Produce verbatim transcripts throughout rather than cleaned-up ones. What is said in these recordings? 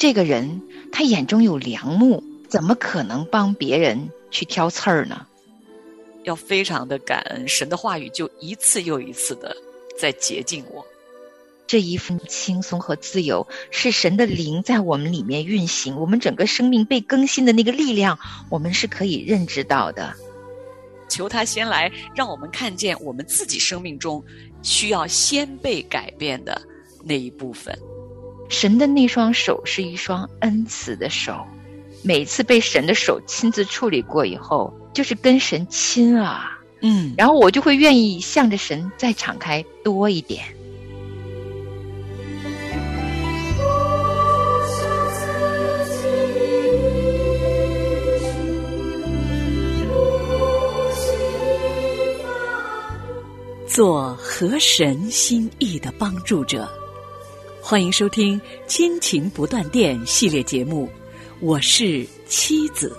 这个人他眼中有良木，怎么可能帮别人去挑刺儿呢？ 要非常的感恩，神的话语就一次又一次的在洁净我。 这一份轻松和自由是神的灵在我们里面运行，我们整个生命被更新的那个力量，我们是可以认知到的。 求他先来让我们看见我们自己生命中需要先被改变的那一部分。 神的那双手是一双恩慈的手，每次被神的手亲自处理过以后，就是跟神亲啊， 嗯， 然后我就会愿意向着神再敞开多一点。 做合神心意的帮助者。欢迎收听亲情不断电系列节目，我是妻子。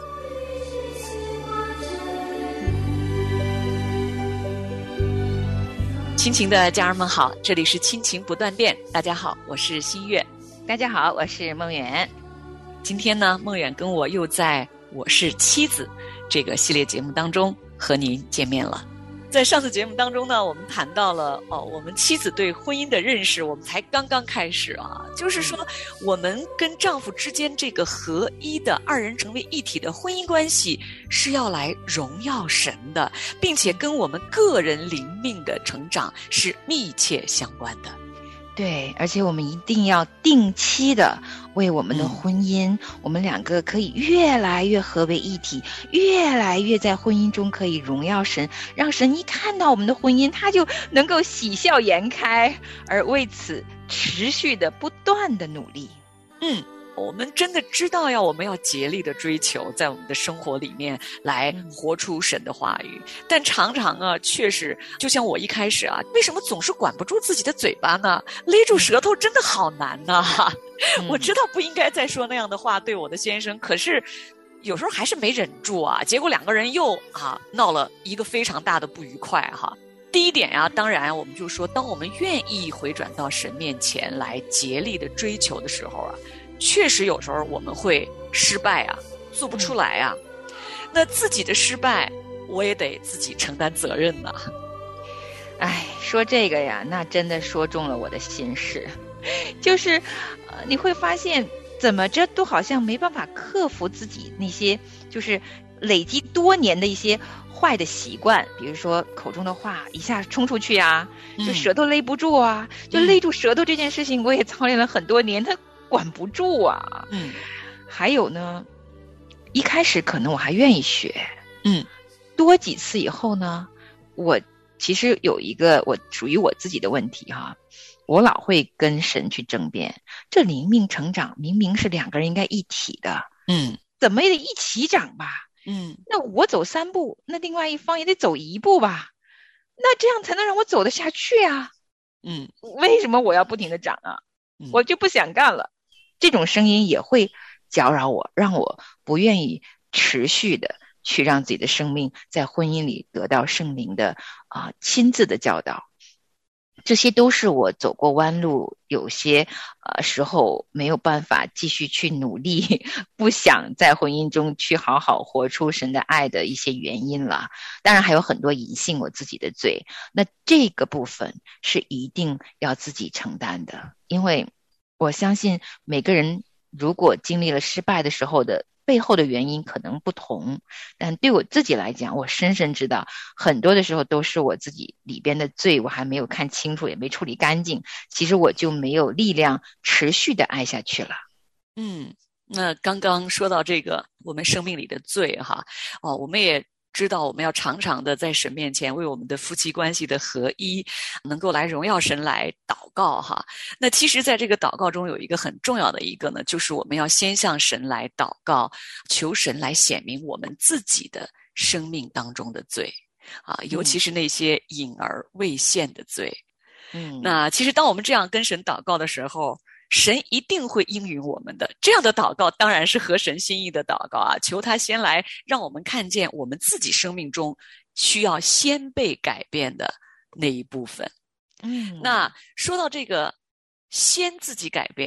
亲情的家人们好，这里是亲情不断电。大家好，我是新月。 大家好，我是梦远。 今天呢，梦远跟我又在我是妻子这个系列节目当中和您见面了。在上次节目当中呢，我们谈到了哦，我们妻子对婚姻的认识，我们才刚刚开始啊。就是说，我们跟丈夫之间这个合一的二人成为一体的婚姻关系，是要来荣耀神的，并且跟我们个人灵命的成长是密切相关的。 对，而且我们一定要定期的为我们的婚姻、嗯、我们两个可以越来越合为一体，越来越在婚姻中可以荣耀神，让神一看到我们的婚姻，他就能够喜笑颜开，而为此持续的不断的努力。 嗯，我们真的知道要我们要竭力的追求，在我们的生活里面来活出神的话语，但常常啊，确实就像我一开始啊，为什么总是管不住自己的嘴巴呢？勒住舌头真的好难呐、啊嗯！我知道不应该再说那样的话对我的先生，可是有时候还是没忍住啊，结果两个人又啊闹了一个非常大的不愉快哈、啊。第一点呀、啊，当然我们就说，当我们愿意回转到神面前来竭力的追求的时候啊，确实有时候我们会失败啊，做不出来啊、嗯、那自己的失败我也得自己承担责任呐、啊。 哎，说这个呀，那真的说中了我的心事。就是呃，你会发现怎么着都好像没办法克服自己那些就是累积多年的一些坏的习惯，比如说口中的话一下冲出去啊，就舌头勒不住啊、嗯、就勒住舌头这件事情我也操练了很多年，它管不住啊。 嗯， 还有呢，一开始可能我还愿意学， 嗯， 多几次以后呢，我其实有一个我属于我自己的问题哈，我老会跟神去争辩，这灵命成长明明是两个人应该一体的， 嗯， 怎么也得一起长吧， 嗯， 那我走三步，那另外一方也得走一步吧，那这样才能让我走得下去啊。 嗯， 为什么我要不停地长啊、嗯、我就不想干了。这种声音也会搅扰我，让我不愿意持续的去让自己的生命在婚姻里得到圣灵的啊、呃、亲自的教导。这些都是我走过弯路，有些呃时候没有办法继续去努力，不想在婚姻中去好好活出神的爱的一些原因了。当然还有很多隐性我自己的罪，那这个部分是一定要自己承担的，因为我相信每个人如果经历了失败的时候的背后的原因可能不同，但对我自己来讲，我深深知道很多的时候都是我自己里边的罪我还没有看清楚，也没处理干净，其实我就没有力量持续的爱下去了。 嗯，那刚刚说到这个我们生命里的罪哈，哦，我们也知道我们要常常的在神面前为我们的夫妻关系的合一能够来荣耀神来祷告哈。那其实在这个祷告中有一个很重要的一个呢，就是我们要先向神来祷告，求神来显明我们自己的生命当中的罪啊，尤其是那些隐而未现的罪。嗯，那其实当我们这样跟神祷告的时候，神一定会应允我们的。这样的祷告当然是合神心意的祷告啊，求他先来让我们看见我们自己生命中需要先被改变的那一部分。 嗯， 那说到这个先自己改变啊，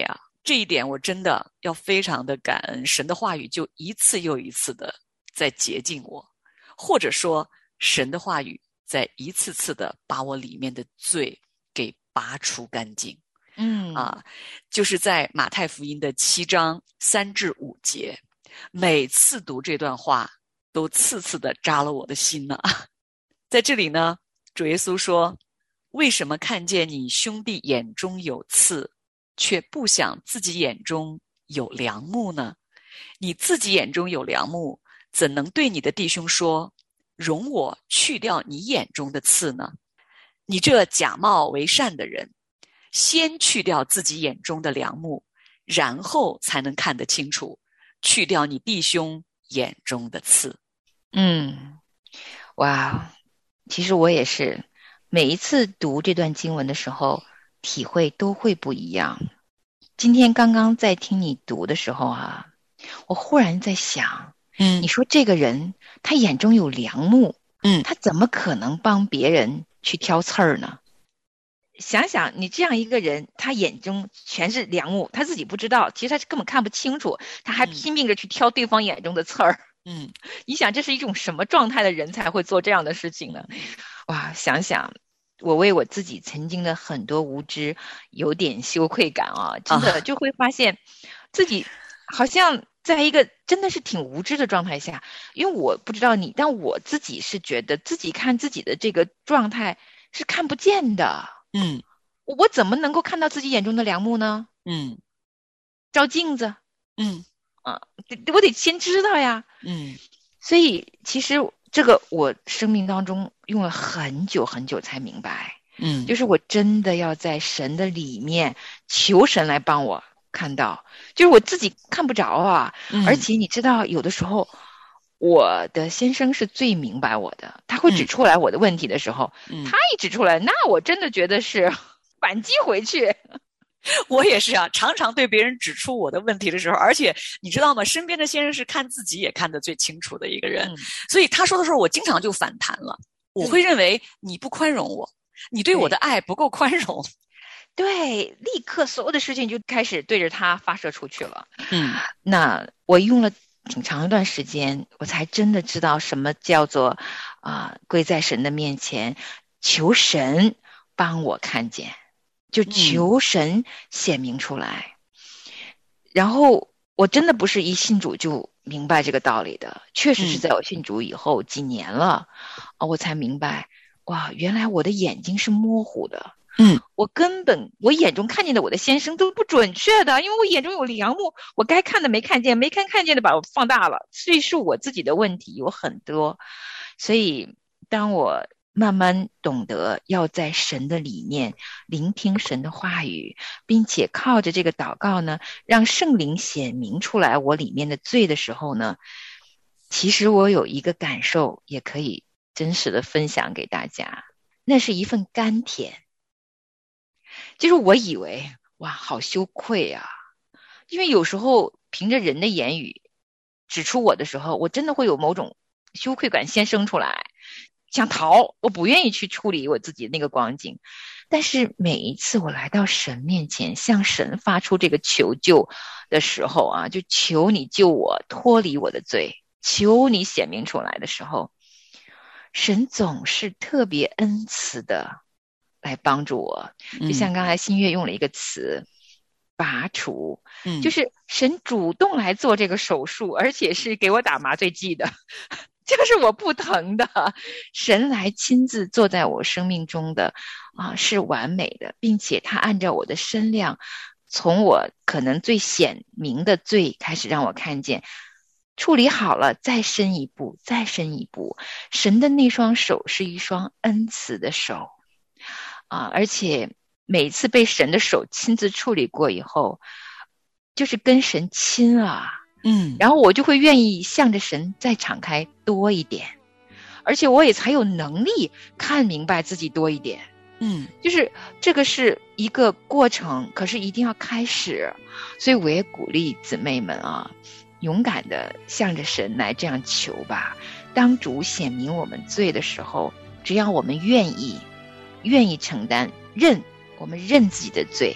这一点我真的要非常的感恩，神的话语就一次又一次的在洁净我，或者说神的话语在一次次的把我里面的罪给拔除干净。 嗯啊，就是在马太福音的七章三至五节，每次读这段话都次次的扎了我的心呢。在这里呢，主耶稣说，为什么看见你兄弟眼中有刺，却不想自己眼中有梁木呢？你自己眼中有梁木，怎能对你的弟兄说，容我去掉你眼中的刺呢？你这假冒为善的人，先去掉自己眼中的梁木，然后才能看得清楚，去掉你弟兄眼中的刺。 嗯，哇，其实我也是每一次读这段经文的时候，体会都会不一样。今天刚刚在听你读的时候啊，我忽然在想， 嗯， 你说这个人他眼中有梁木， 嗯， 他怎么可能帮别人去挑刺儿呢？想想你这样一个人，他眼中全是梁木，他自己不知道，其实他根本看不清楚，他还拼命着去挑对方眼中的刺儿。 嗯， 你想这是一种什么状态的人才会做这样的事情呢？哇，想想我为我自己曾经的很多无知有点羞愧感啊，真的就会发现自己好像在一个真的是挺无知的状态下，因为我不知道你，但我自己是觉得自己看自己的这个状态是看不见的。 嗯， 我怎么能够看到自己眼中的梁木呢？ 嗯， 照镜子， 嗯啊，我得先知道呀。 嗯， 所以其实这个我生命当中用了很久很久才明白， 嗯， 就是我真的要在神的里面求神来帮我看到，就是我自己看不着啊。 嗯、 而且你知道，有的时候我的先生是最明白我的，他会指出来我的问题的时候， 嗯、 他一指出来，那我真的觉得是反击回去。 我也是啊，常常对别人指出我的问题的时候，而且你知道吗？身边的先生是看自己也看得最清楚的一个人，嗯、所以他说的时候，我经常就反弹了。我会认为你不宽容我，你对我的爱不够宽容。 对，立刻所有的事情就开始对着他发射出去了。 嗯， 那我用了挺长一段时间，我才真的知道什么叫做啊、呃，跪在神的面前，求神帮我看见。就求神显明出来、嗯、然后我真的不是一信主就明白这个道理的，确实是在我信主以后、嗯、几年了啊，我才明白，哇，原来我的眼睛是模糊的。 嗯， 我根本我眼中看见的我的先生都不准确的，因为我眼中有梁木，我该看的没看见，没看看见的把我放大了，所以是我自己的问题有很多。所以当我慢慢懂得要在神的里面聆听神的话语，并且靠着这个祷告呢，让圣灵显明出来我里面的罪的时候呢，其实我有一个感受也可以真实的分享给大家，那是一份甘甜。就是我以为哇好羞愧啊，因为有时候凭着人的言语指出我的时候，我真的会有某种羞愧感先生出来，想逃，我不愿意去处理我自己那个光景。但是每一次我来到神面前向神发出这个求救的时候啊，就求你救我脱离我的罪，求你显明出来的时候，神总是特别恩慈的来帮助我。就像刚才新月用了一个词、嗯、拔除、嗯、就是神主动来做这个手术，而且是给我打麻醉剂的，就是我不疼的，神来亲自坐在我生命中的啊，是完美的，并且他按照我的身量，从我可能最显明的罪开始让我看见，处理好了，再深一步，再深一步。神的那双手是一双恩慈的手啊，而且每次被神的手亲自处理过以后，就是跟神亲啊。嗯，然后我就会愿意向着神再敞开多一点，而且我也才有能力看明白自己多一点。嗯，就是这个是一个过程，可是一定要开始。所以我也鼓励姊妹们啊，勇敢的向着神来这样求吧。当主显明我们罪的时候，只要我们愿意愿意承担，认我们认自己的罪，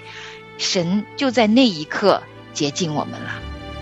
神就在那一刻洁净我们了。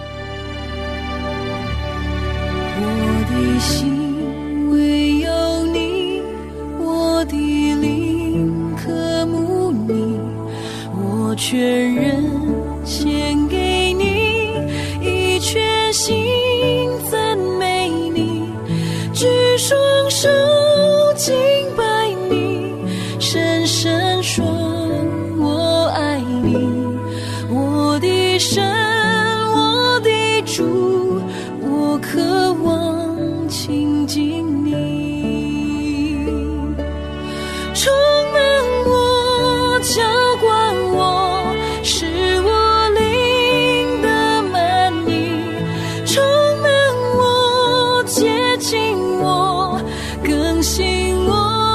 我的心唯有你，我的灵渴慕你，我全人献给你，一全心赞美你，举双手敬拜你，深深说我爱你，我的神，我的主，我渴望亲近你，充满我，浇灌我，使我灵的满溢，充满我，接近我，更新我，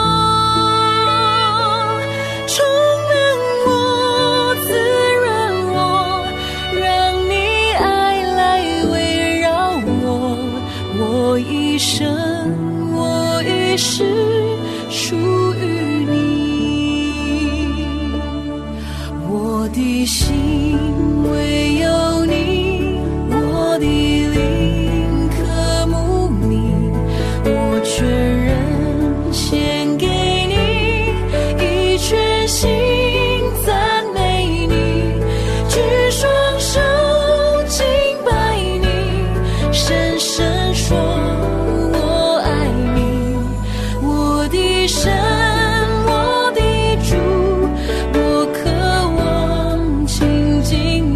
充满我，滋润我，让你爱来围绕我，我一生，我一世属于你，我的心唯有你，我的灵渴慕你，我全人献给你，一全心赞美你，举双手敬拜你，深深说我爱你，我的神，我的主，我渴望亲近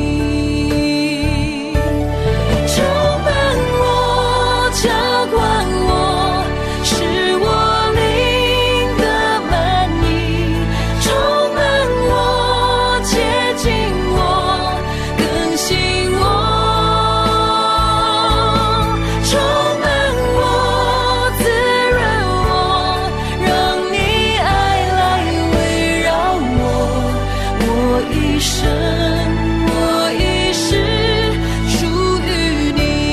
你，充满我，浇灌我，使我灵的满溢，充满我，接近我，更新我，充满我，滋润我，让你爱来围绕我，我一生，我一世属于你。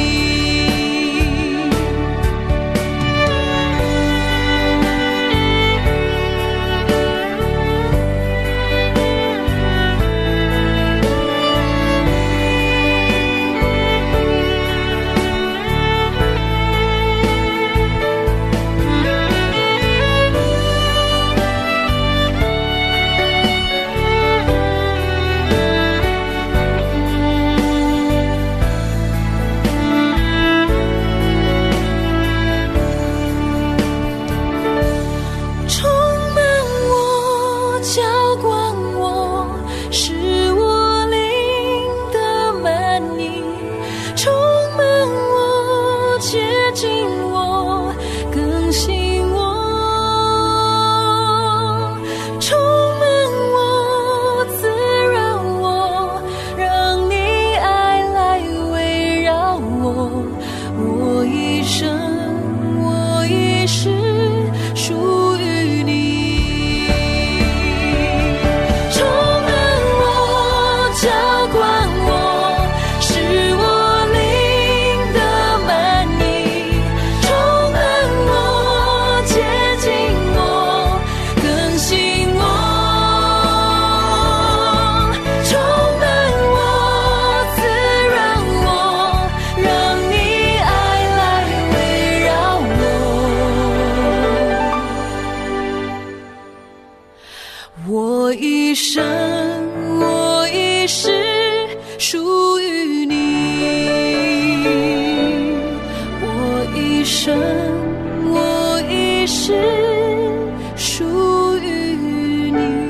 充满我，浇灌我，使我灵的满溢，充满我，接近我，更新我，充满我，滋润我，让你爱来围绕我，我一生，我一世属于你，充满我，浇灌我，使我灵的满溢，充满我，接近我，更新我，充满我，滋润我，让你爱来围绕我，我一生，我一世属于你，我一生，我一世属于你。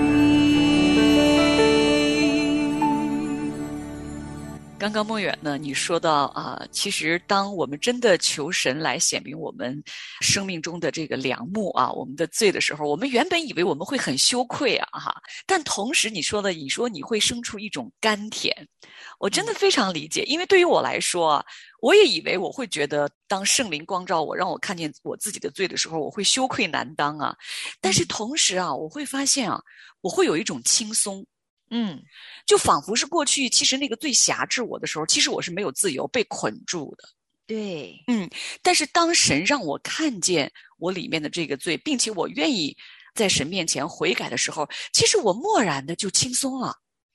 刚刚梦远呢，你说到啊、呃，其实当我们真的求神来显明我们生命中的这个梁木啊，我们的罪的时候，我们原本以为我们会很羞愧啊哈，但同时你说的，你说你会生出一种甘甜，我真的非常理解，因为对于我来说啊，我也以为我会觉得，当圣灵光照我，让我看见我自己的罪的时候，我会羞愧难当啊，但是同时啊，我会发现啊，我会有一种轻松。 嗯， 就仿佛是过去其实那个最辖制我的时候，其实我是没有自由，被捆住的。 对， 嗯，但是当神让我看见我里面的这个罪，并且我愿意在神面前悔改的时候，其实我默然的就轻松了。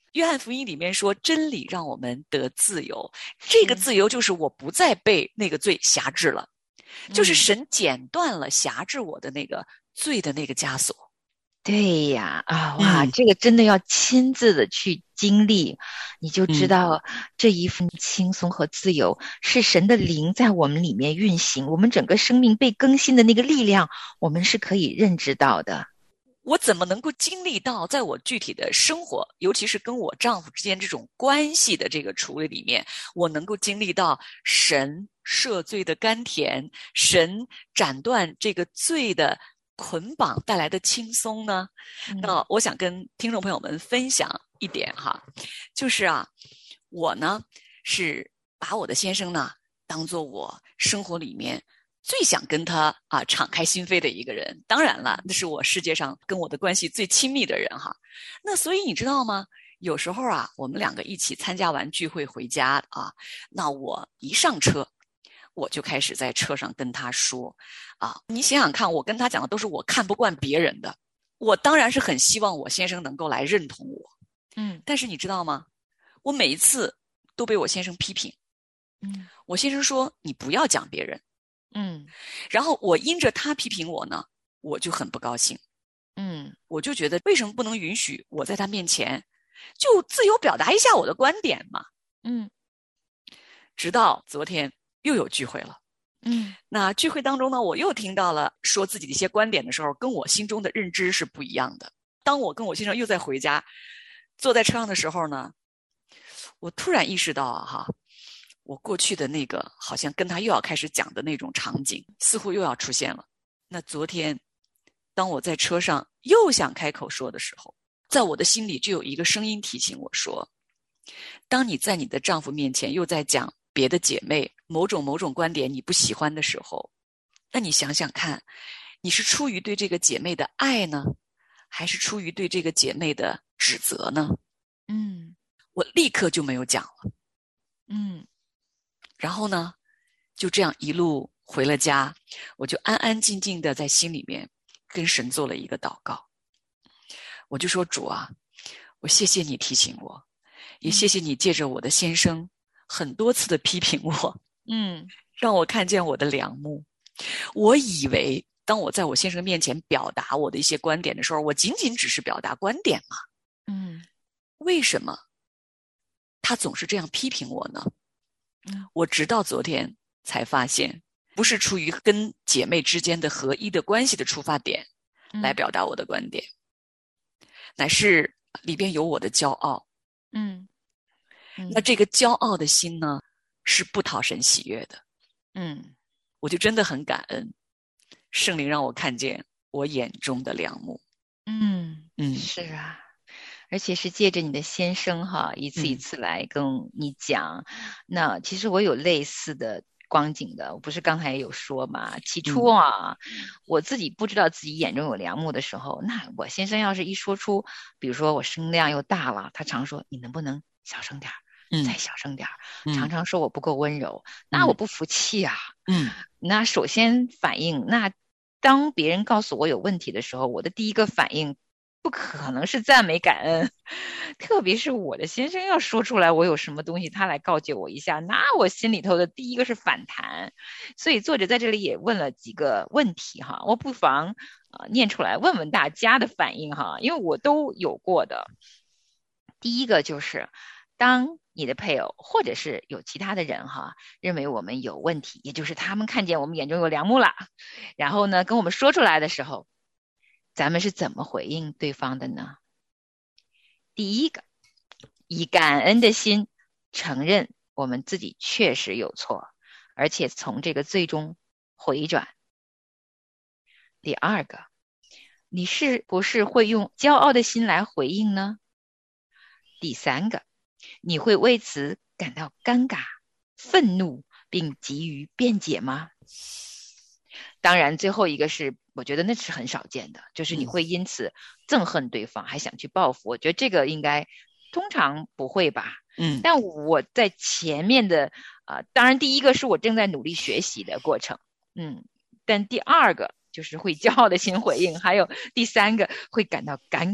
约翰福音里面说，真理让我们得自由，这个自由就是我不再被那个罪辖制了，嗯、就是神剪断了辖制我的那个罪的那个枷锁。 对呀，啊哇、嗯，这个真的要亲自的去经历，你就知道这一份轻松和自由、嗯、是神的灵在我们里面运行，我们整个生命被更新的那个力量，我们是可以认知到的。 我怎么能够经历到在我具体的生活，尤其是跟我丈夫之间这种关系的这个处理里面，我能够经历到神赦罪的甘甜，神斩断这个罪的捆绑带来的轻松呢？嗯、那我想跟听众朋友们分享一点哈，就是啊，我呢是把我的先生呢当做我生活里面最想跟他啊敞开心扉的一个人，当然了，那是我世界上跟我的关系最亲密的人哈。那所以你知道吗？有时候啊，我们两个一起参加完聚会回家啊，那我一上车，我就开始在车上跟他说啊，你想想看，我跟他讲的都是我看不惯别人的，我当然是很希望我先生能够来认同我，嗯，但是你知道吗？我每一次都被我先生批评，嗯，我先生说你不要讲别人。嗯，然后我因着他批评我呢，我就很不高兴。嗯，我就觉得为什么不能允许我在他面前就自由表达一下我的观点嘛？嗯，直到昨天又有聚会了。嗯，那聚会当中呢，我又听到了说自己的一些观点的时候，跟我心中的认知是不一样的。当我跟我先生又在回家坐在车上的时候呢，我突然意识到啊哈。我过去的那个好像跟他又要开始讲的那种场景似乎又要出现了。那昨天当我在车上又想开口说的时候，在我的心里就有一个声音提醒我说，当你在你的丈夫面前又在讲别的姐妹某种某种观点你不喜欢的时候，那你想想看，你是出于对这个姐妹的爱呢，还是出于对这个姐妹的指责呢？嗯，我立刻就没有讲了。嗯，然后呢，就这样一路回了家，我就安安静静的在心里面跟神做了一个祷告。我就说，主啊，我谢谢你提醒我，也谢谢你借着我的先生很多次的批评我，嗯，让我看见我的良木。我以为当我在我先生面前表达我的一些观点的时候，我仅仅只是表达观点嘛，嗯，为什么他总是这样批评我呢？我直到昨天才发现，不是出于跟姐妹之间的合一的关系的出发点来表达我的观点，嗯、乃是里边有我的骄傲。嗯，那这个骄傲的心呢，是不讨神喜悦的。嗯，我就真的很感恩，圣灵让我看见我眼中的良木。嗯嗯，是啊。而且是借着你的先生哈，一次一次来跟你讲。嗯、那其实我有类似的光景的，我不是刚才也有说嘛？起初啊，嗯、我自己不知道自己眼中有良木的时候，那我先生要是一说出，比如说我声量又大了，他常说你能不能小声点，嗯、再小声点，嗯、常常说我不够温柔，嗯、那我不服气啊。嗯，那首先反应，那当别人告诉我有问题的时候，我的第一个反应。不可能是赞美感恩，特别是我的先生要说出来我有什么东西，他来告诫我一下，那我心里头的第一个是反弹。所以作者在这里也问了几个问题哈，我不妨、呃、念出来问问大家的反应哈，因为我都有过的。第一个就是当你的配偶或者是有其他的人哈，认为我们有问题，也就是他们看见我们眼中有良木了，然后呢跟我们说出来的时候，咱们是怎么回应对方的呢？第一个，以感恩的心承认我们自己确实有错，而且从这个最终回转。第二个，你是不是会用骄傲的心来回应呢？第三个，你会为此感到尴尬、愤怒，并急于辩解吗？当然最后一个是我觉得那是很少见的，就是你会因此憎恨对方、嗯、还想去报复，我觉得这个应该通常不会吧。嗯，但我在前面的呃，当然第一个是我正在努力学习的过程，嗯，但第二个就是会骄傲的心回应，还有第三个会感到尴尬、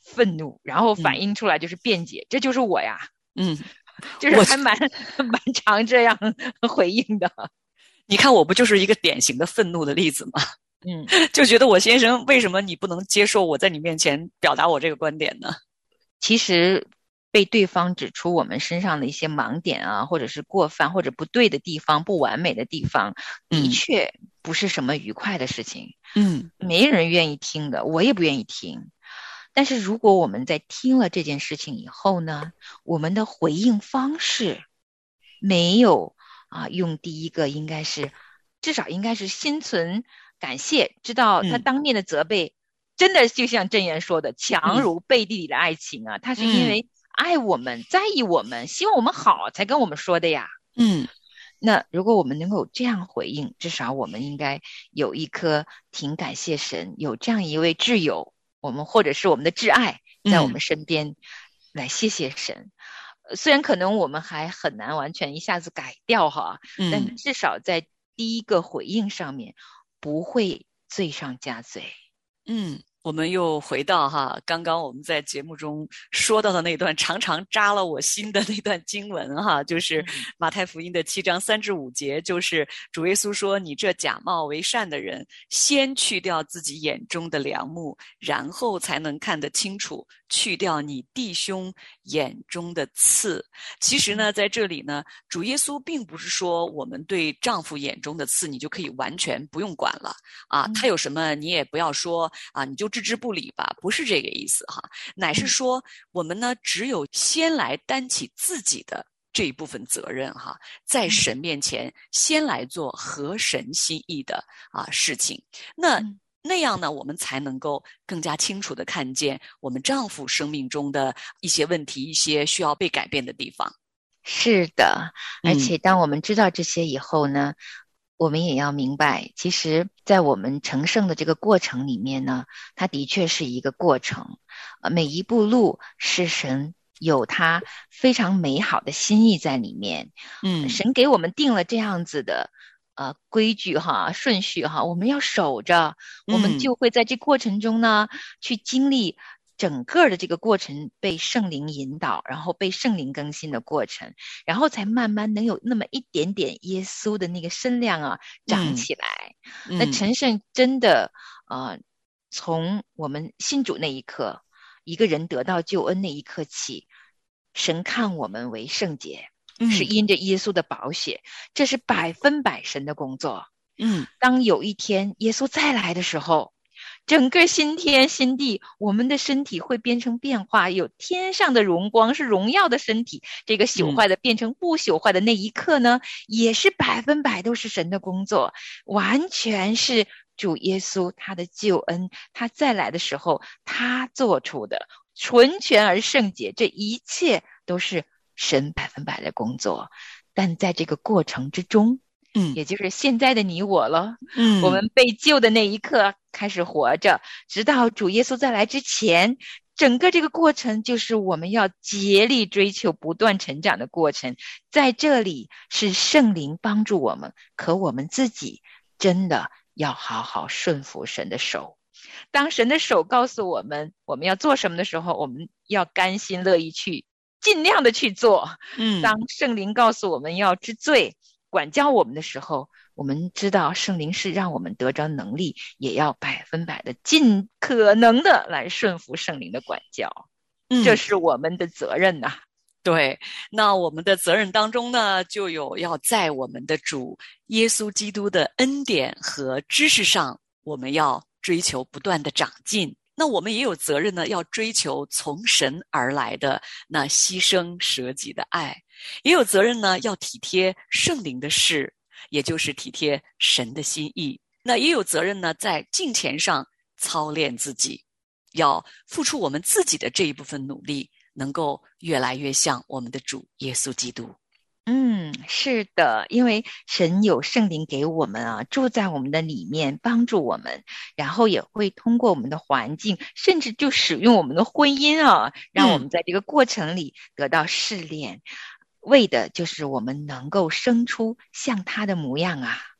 愤怒，然后反映出来就是辩解，嗯、这就是我呀。 嗯， 就是还蛮蛮常这样回应的。 你看我不就是一个典型的愤怒的例子吗？ 嗯， 就觉得我先生为什么你不能接受我在你面前表达我这个观点呢？ 其实被对方指出我们身上的一些盲点啊，或者是过犯或者不对的地方、不完美的地方，的确不是什么愉快的事情。 嗯， 没人愿意听的，我也不愿意听。但是如果我们在听了这件事情以后呢，我们的回应方式没有啊，用第一个应该是至少应该是心存感谢，知道他当面的责备、嗯、真的就像箴言说的强如背地里的爱情啊、嗯、他是因为爱我们、嗯、在意我们，希望我们好才跟我们说的呀。 嗯， 那如果我们能够这样回应，至少我们应该有一颗挺感谢神，有这样一位挚友，我们或者是我们的挚爱在我们身边、嗯、来谢谢神。虽然可能我们还很难完全一下子改掉哈、嗯，但至少在第一个回应上面不会罪上加罪。 嗯，我们又回到哈，刚刚我们在节目中说到的那段常常扎了我心的那段经文哈，就是马太福音的七章三至五节，就是主耶稣说：“你这假冒为善的人，先去掉自己眼中的梁木，然后才能看得清楚，去掉你弟兄眼中的刺。”其实呢，在这里呢，主耶稣并不是说我们对丈夫眼中的刺你就可以完全不用管了啊，他有什么你也不要说啊，你就置之不理吧，不是这个意思哈，乃是说我们呢，只有先来担起自己的这一部分责任哈，在神面前先来做合神心意的啊事情，那那样呢，我们才能够更加清楚地看见我们丈夫生命中的一些问题，一些需要被改变的地方。 是的，而且当我们知道这些以后呢、嗯、我们也要明白，其实在我们成圣的这个过程里面呢，它的确是一个过程，呃，每一步路是神有他非常美好的心意在里面。嗯，神给我们定了这样子的呃规矩哈，顺序哈，我们要守着，我们就会在这过程中呢、嗯、去经历整个的这个过程被圣灵引导，然后被圣灵更新的过程，然后才慢慢能有那么一点点耶稣的那个身量啊长起来。嗯、那成圣真的呃，从我们信主那一刻，一个人得到救恩那一刻起，神看我们为圣洁，嗯、是因着耶稣的宝血，这是百分百神的工作。嗯，当有一天耶稣再来的时候，整个新天新地，我们的身体会变成变化，有天上的荣光，是荣耀的身体，这个朽坏的变成不朽坏的那一刻呢、嗯、也是百分百都是神的工作，完全是主耶稣他的救恩，他再来的时候他做出的纯全而圣洁，这一切都是神百分百的工作。但在这个过程之中，嗯，也就是现在的你我了，嗯，我们被救的那一刻开始活着，直到主耶稣再来之前，整个这个过程就是我们要竭力追求不断成长的过程。在这里是圣灵帮助我们，可我们自己真的要好好顺服神的手。当神的手告诉我们我们要做什么的时候，我们要甘心乐意去尽量的去做。嗯，当圣灵告诉我们要知罪管教我们的时候，我们知道圣灵是让我们得着能力，也要百分百的尽可能的来顺服圣灵的管教。嗯，这是我们的责任呐、啊。 对，那我们的责任当中呢，就有要在我们的主耶稣基督的恩典和知识上，我们要追求不断的长进。那我们也有责任呢，要追求从神而来的那牺牲舍己的爱，也有责任呢，要体贴圣灵的事，也就是体贴神的心意。那也有责任呢，在敬虔上操练自己，要付出我们自己的这一部分努力，能够越来越像我们的主耶稣基督。 嗯，是的，因为神有圣灵给我们啊，住在我们的里面，帮助我们，然后也会通过我们的环境，甚至就使用我们的婚姻啊，让我们在这个过程里得到试炼、嗯、为的就是我们能够生出像他的模样啊。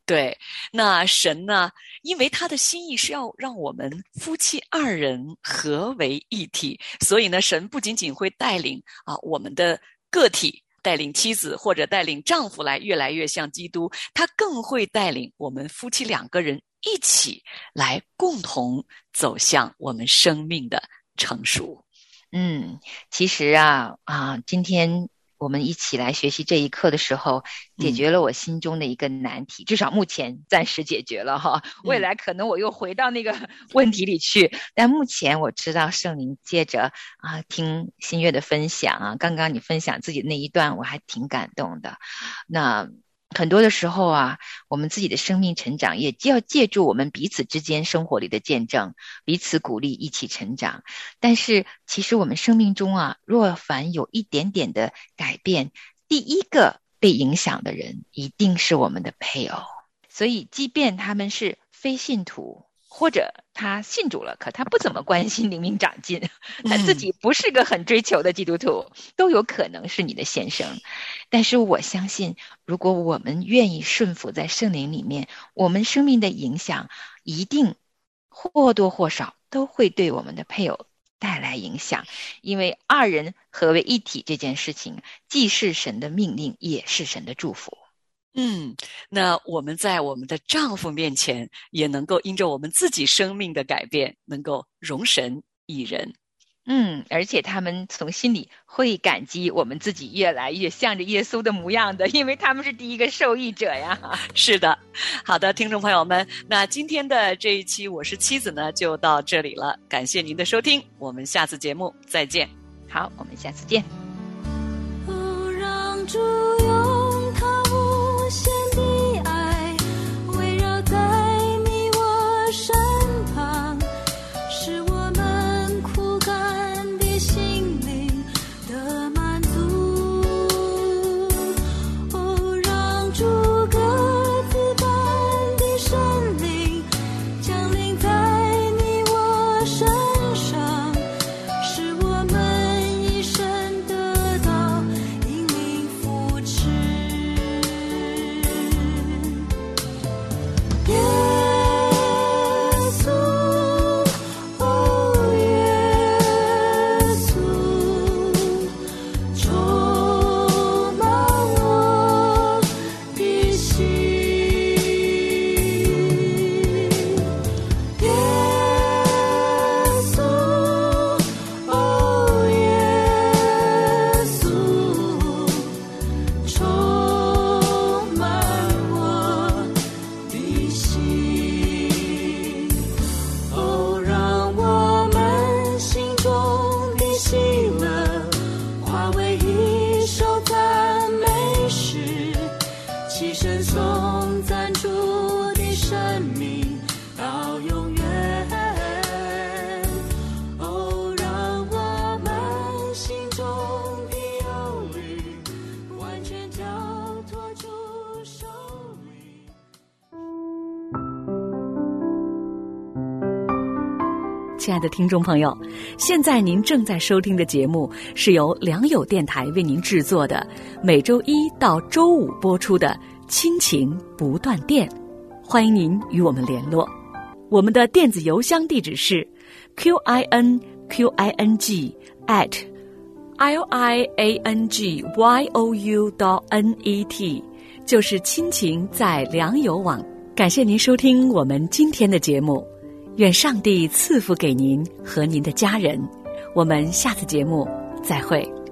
对，那神呢，因为他的心意是要让我们夫妻二人合为一体，所以呢，神不仅仅会带领啊我们的个体，带领妻子或者带领丈夫来越来越像基督，他更会带领我们夫妻两个人一起来共同走向我们生命的成熟。 嗯，其实啊啊，今天我们一起来学习这一课的时候，解决了我心中的一个难题，嗯、至少目前暂时解决了哈。未来可能我又回到那个问题里去，嗯、但目前我知道圣灵借着啊听新月的分享啊，刚刚你分享自己的那一段，我还挺感动的。那很多的时候啊，我们自己的生命成长也要借助我们彼此之间生活里的见证，彼此鼓励，一起成长。但是其实我们生命中啊，若凡有一点点的改变，第一个被影响的人一定是我们的配偶。所以即便他们是非信徒，或者他信主了，可他不怎么关心灵命长进，他自己不是个很追求的基督徒，都有可能是你的先生。但是我相信，如果我们愿意顺服在圣灵里面，我们生命的影响一定或多或少都会对我们的配偶带来影响。因为二人合为一体这件事情，既是神的命令，也是神的祝福。 嗯，那我们在我们的丈夫面前，也能够因着我们自己生命的改变，能够容神一人。 嗯，而且他们从心里会感激我们自己越来越向着耶稣的模样的，因为他们是第一个受益者呀。 是的，好的，听众朋友们，那今天的这一期我是妻子呢，就到这里了，感谢您的收听，我们下次节目再见。 好，我们下次见。 哦，让主用他无限的爱围绕在你我身旁，使我们枯干的心灵得满足。哦，让主鸽子般的神灵降临在你我身上，使我们一生得到引领扶持。耶稣，哦耶稣，充满我的心。耶稣，哦耶稣，充满我的心。哦，让我们心中的喜乐化为一首赞美诗，齐声颂赞主的生命到永远。哦，让我们心中的忧虑完全交托主手里。 亲爱的听众朋友，现在您正在收听的节目是由良友电台为您制作的，每周一到周五播出的亲情不断电，欢迎您与我们联络。我们的电子邮箱地址是 q i n q i n g at l i a n g y o u dot n e t， 就是亲情在良友网。感谢您收听我们今天的节目，愿上帝赐福给您和您的家人。我们下次节目再会。